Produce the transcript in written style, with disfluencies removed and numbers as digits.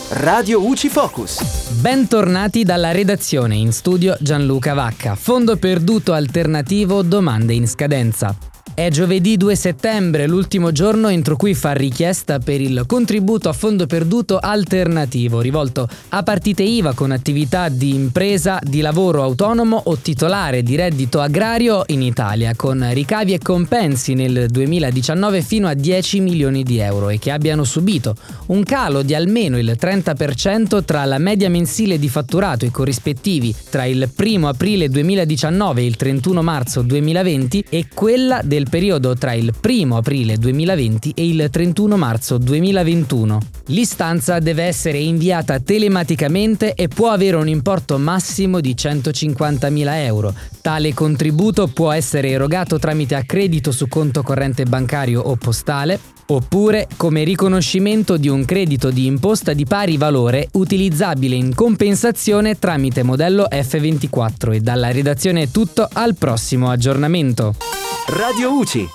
Radio UCI Focus. Bentornati dalla redazione, in studio Gianluca Vacca. Fondo perduto alternativo, domande in scadenza. È giovedì 2 settembre, l'ultimo giorno entro cui far richiesta per il contributo a fondo perduto alternativo, rivolto a partite IVA con attività di impresa, di lavoro autonomo o titolare di reddito agrario in Italia, con ricavi e compensi nel 2019 fino a 10 milioni di euro e che abbiano subito un calo di almeno il 30% tra la media mensile di fatturato e corrispettivi tra il 1 aprile 2019 e il 31 marzo 2020 e quella del periodo tra il 1 aprile 2020 e il 31 marzo 2021. L'istanza deve essere inviata telematicamente e può avere un importo massimo di 150.000 euro. Tale contributo può essere erogato tramite accredito su conto corrente bancario o postale, oppure come riconoscimento di un credito di imposta di pari valore utilizzabile in compensazione tramite modello F24. E dalla redazione è tutto, al prossimo aggiornamento. Radio UCI.